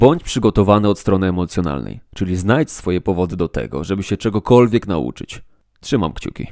Bądź przygotowany od strony emocjonalnej, czyli znajdź swoje powody do tego, żeby się czegokolwiek nauczyć. Trzymam kciuki.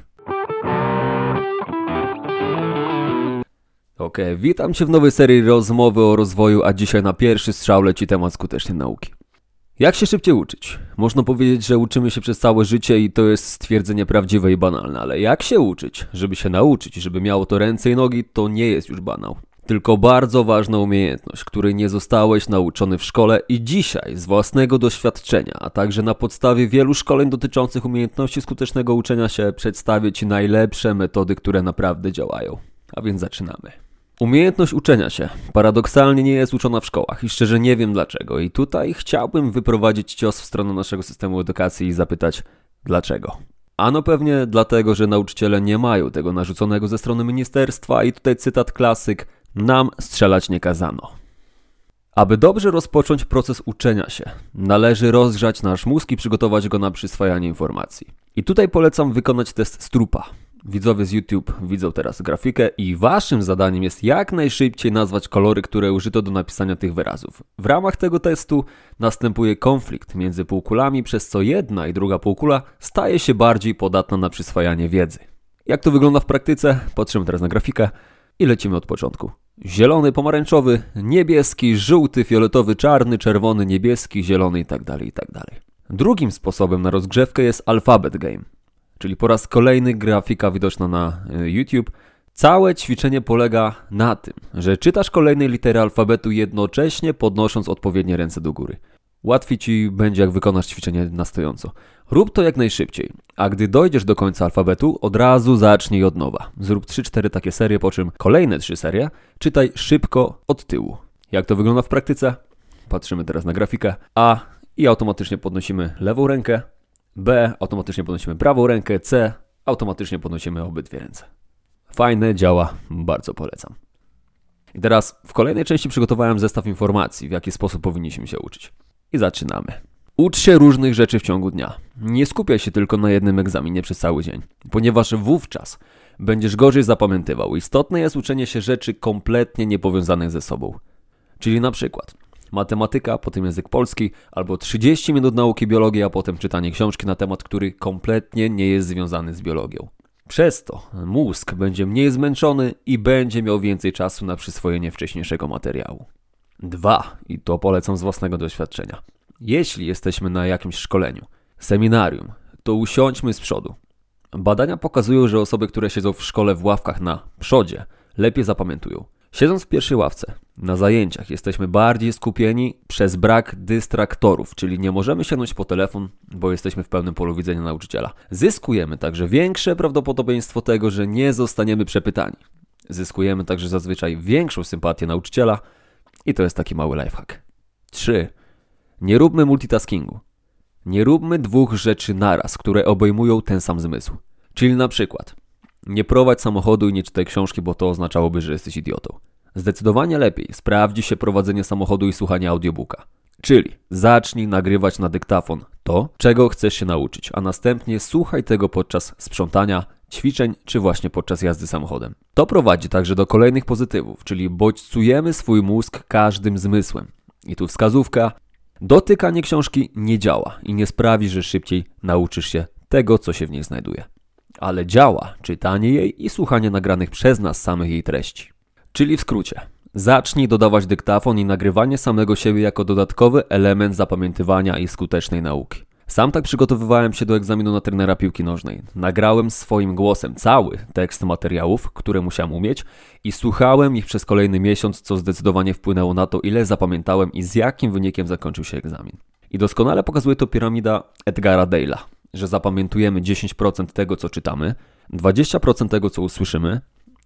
Witam Cię w nowej serii rozmowy o rozwoju, a dzisiaj na pierwszy strzał leci temat skutecznej nauki. Jak się szybciej uczyć? Można powiedzieć, że uczymy się przez całe życie i to jest stwierdzenie prawdziwe i banalne, ale jak się uczyć? Żeby się nauczyć, żeby miało to ręce i nogi, to nie jest już banał. Tylko bardzo ważna umiejętność, której nie zostałeś nauczony w szkole i dzisiaj z własnego doświadczenia, a także na podstawie wielu szkoleń dotyczących umiejętności skutecznego uczenia się przedstawię Ci najlepsze metody, które naprawdę działają. A więc zaczynamy. Umiejętność uczenia się paradoksalnie nie jest uczona w szkołach i szczerze nie wiem dlaczego. I tutaj chciałbym wyprowadzić cios w stronę naszego systemu edukacji i zapytać dlaczego. Ano pewnie dlatego, że nauczyciele nie mają tego narzuconego ze strony ministerstwa i tutaj cytat klasyk: nam strzelać nie kazano. Aby dobrze rozpocząć proces uczenia się, należy rozgrzać nasz mózg i przygotować go na przyswajanie informacji. I tutaj polecam wykonać test Stroopa. Widzowie z YouTube widzą teraz grafikę i waszym zadaniem jest jak najszybciej nazwać kolory, które użyto do napisania tych wyrazów. W ramach tego testu następuje konflikt między półkulami, przez co jedna i druga półkula staje się bardziej podatna na przyswajanie wiedzy. Jak to wygląda w praktyce? Patrzymy teraz na grafikę i lecimy od początku. Zielony, pomarańczowy, niebieski, żółty, fioletowy, czarny, czerwony, niebieski, zielony itd. Drugim sposobem na rozgrzewkę jest Alphabet Game. Czyli po raz kolejny grafika widoczna na YouTube. Całe ćwiczenie polega na tym, że czytasz kolejne litery alfabetu jednocześnie podnosząc odpowiednie ręce do góry. Łatwiej Ci będzie, jak wykonasz ćwiczenie na stojąco. Rób to jak najszybciej, a gdy dojdziesz do końca alfabetu, od razu zacznij od nowa. Zrób 3-4 takie serie, po czym kolejne 3 serie czytaj szybko od tyłu. Jak to wygląda w praktyce? Patrzymy teraz na grafikę. A i automatycznie podnosimy lewą rękę. B, automatycznie podnosimy prawą rękę, C, automatycznie podnosimy obydwie ręce. Fajne, działa, bardzo polecam. I teraz w kolejnej części przygotowałem zestaw informacji, w jaki sposób powinniśmy się uczyć. I zaczynamy. Ucz się różnych rzeczy w ciągu dnia. Nie skupiaj się tylko na jednym egzaminie przez cały dzień, ponieważ wówczas będziesz gorzej zapamiętywał. Istotne jest uczenie się rzeczy kompletnie niepowiązanych ze sobą. Czyli na przykład matematyka, potem język polski, albo 30 minut nauki biologii, a potem czytanie książki na temat, który kompletnie nie jest związany z biologią. Przez to mózg będzie mniej zmęczony i będzie miał więcej czasu na przyswojenie wcześniejszego materiału. 2. I to polecam z własnego doświadczenia. Jeśli jesteśmy na jakimś szkoleniu, seminarium, to usiądźmy z przodu. Badania pokazują, że osoby, które siedzą w szkole w ławkach na przodzie, lepiej zapamiętują. Siedząc w pierwszej ławce, na zajęciach jesteśmy bardziej skupieni przez brak dystraktorów, czyli nie możemy sięgnąć po telefon, bo jesteśmy w pełnym polu widzenia nauczyciela. Zyskujemy także większe prawdopodobieństwo tego, że nie zostaniemy przepytani. Zyskujemy także zazwyczaj większą sympatię nauczyciela i to jest taki mały lifehack. 3. Nie róbmy multitaskingu. Nie róbmy 2 rzeczy naraz, które obejmują ten sam zmysł. Czyli na przykład nie prowadź samochodu i nie czytaj książki, bo to oznaczałoby, że jesteś idiotą. Zdecydowanie lepiej sprawdzi się prowadzenie samochodu i słuchanie audiobooka. Czyli zacznij nagrywać na dyktafon to, czego chcesz się nauczyć, a następnie słuchaj tego podczas sprzątania, ćwiczeń czy właśnie podczas jazdy samochodem. To prowadzi także do kolejnych pozytywów, czyli bodźcujemy swój mózg każdym zmysłem. I tu wskazówka: dotykanie książki nie działa i nie sprawi, że szybciej nauczysz się tego, co się w niej znajduje. Ale działa czytanie jej i słuchanie nagranych przez nas samych jej treści. Czyli w skrócie, zacznij dodawać dyktafon i nagrywanie samego siebie jako dodatkowy element zapamiętywania i skutecznej nauki. Sam tak przygotowywałem się do egzaminu na trenera piłki nożnej. Nagrałem swoim głosem cały tekst materiałów, które musiałem umieć i słuchałem ich przez kolejny miesiąc, co zdecydowanie wpłynęło na to, ile zapamiętałem i z jakim wynikiem zakończył się egzamin. I doskonale pokazuje to piramida Edgara Dale'a, że zapamiętujemy 10% tego, co czytamy, 20% tego, co usłyszymy,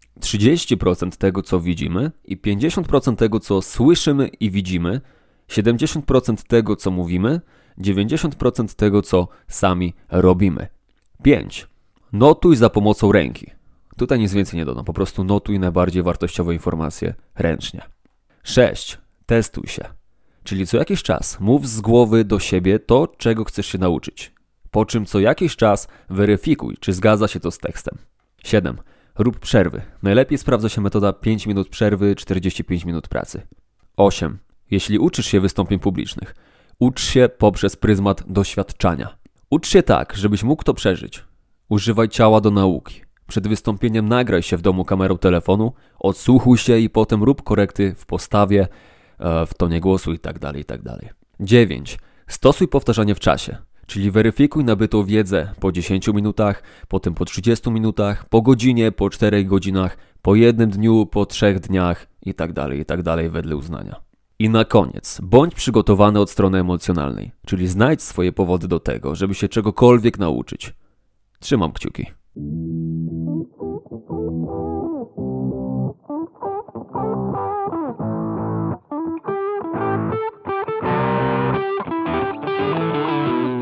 30% tego, co widzimy i 50% tego, co słyszymy i widzimy, 70% tego, co mówimy, 90% tego, co sami robimy. 5. Notuj za pomocą ręki. Tutaj nic więcej nie dodam, po prostu notuj najbardziej wartościowe informacje ręcznie. 6. Testuj się. Czyli co jakiś czas mów z głowy do siebie to, czego chcesz się nauczyć. Po czym co jakiś czas weryfikuj, czy zgadza się to z tekstem. 7. Rób przerwy. Najlepiej sprawdza się metoda 5 minut przerwy, 45 minut pracy. 8. Jeśli uczysz się wystąpień publicznych, ucz się poprzez pryzmat doświadczania. Ucz się tak, żebyś mógł to przeżyć. Używaj ciała do nauki. Przed wystąpieniem nagraj się w domu kamerą telefonu, odsłuchuj się i potem rób korekty w postawie, w tonie głosu itd., itd. 9. Stosuj powtarzanie w czasie, czyli weryfikuj nabytą wiedzę po 10 minutach, potem po 30 minutach, po godzinie, po 4 godzinach, po 1 dniu, po 3 dniach itd. Wedle uznania. I na koniec, bądź przygotowany od strony emocjonalnej, czyli znajdź swoje powody do tego, żeby się czegokolwiek nauczyć. Trzymam kciuki.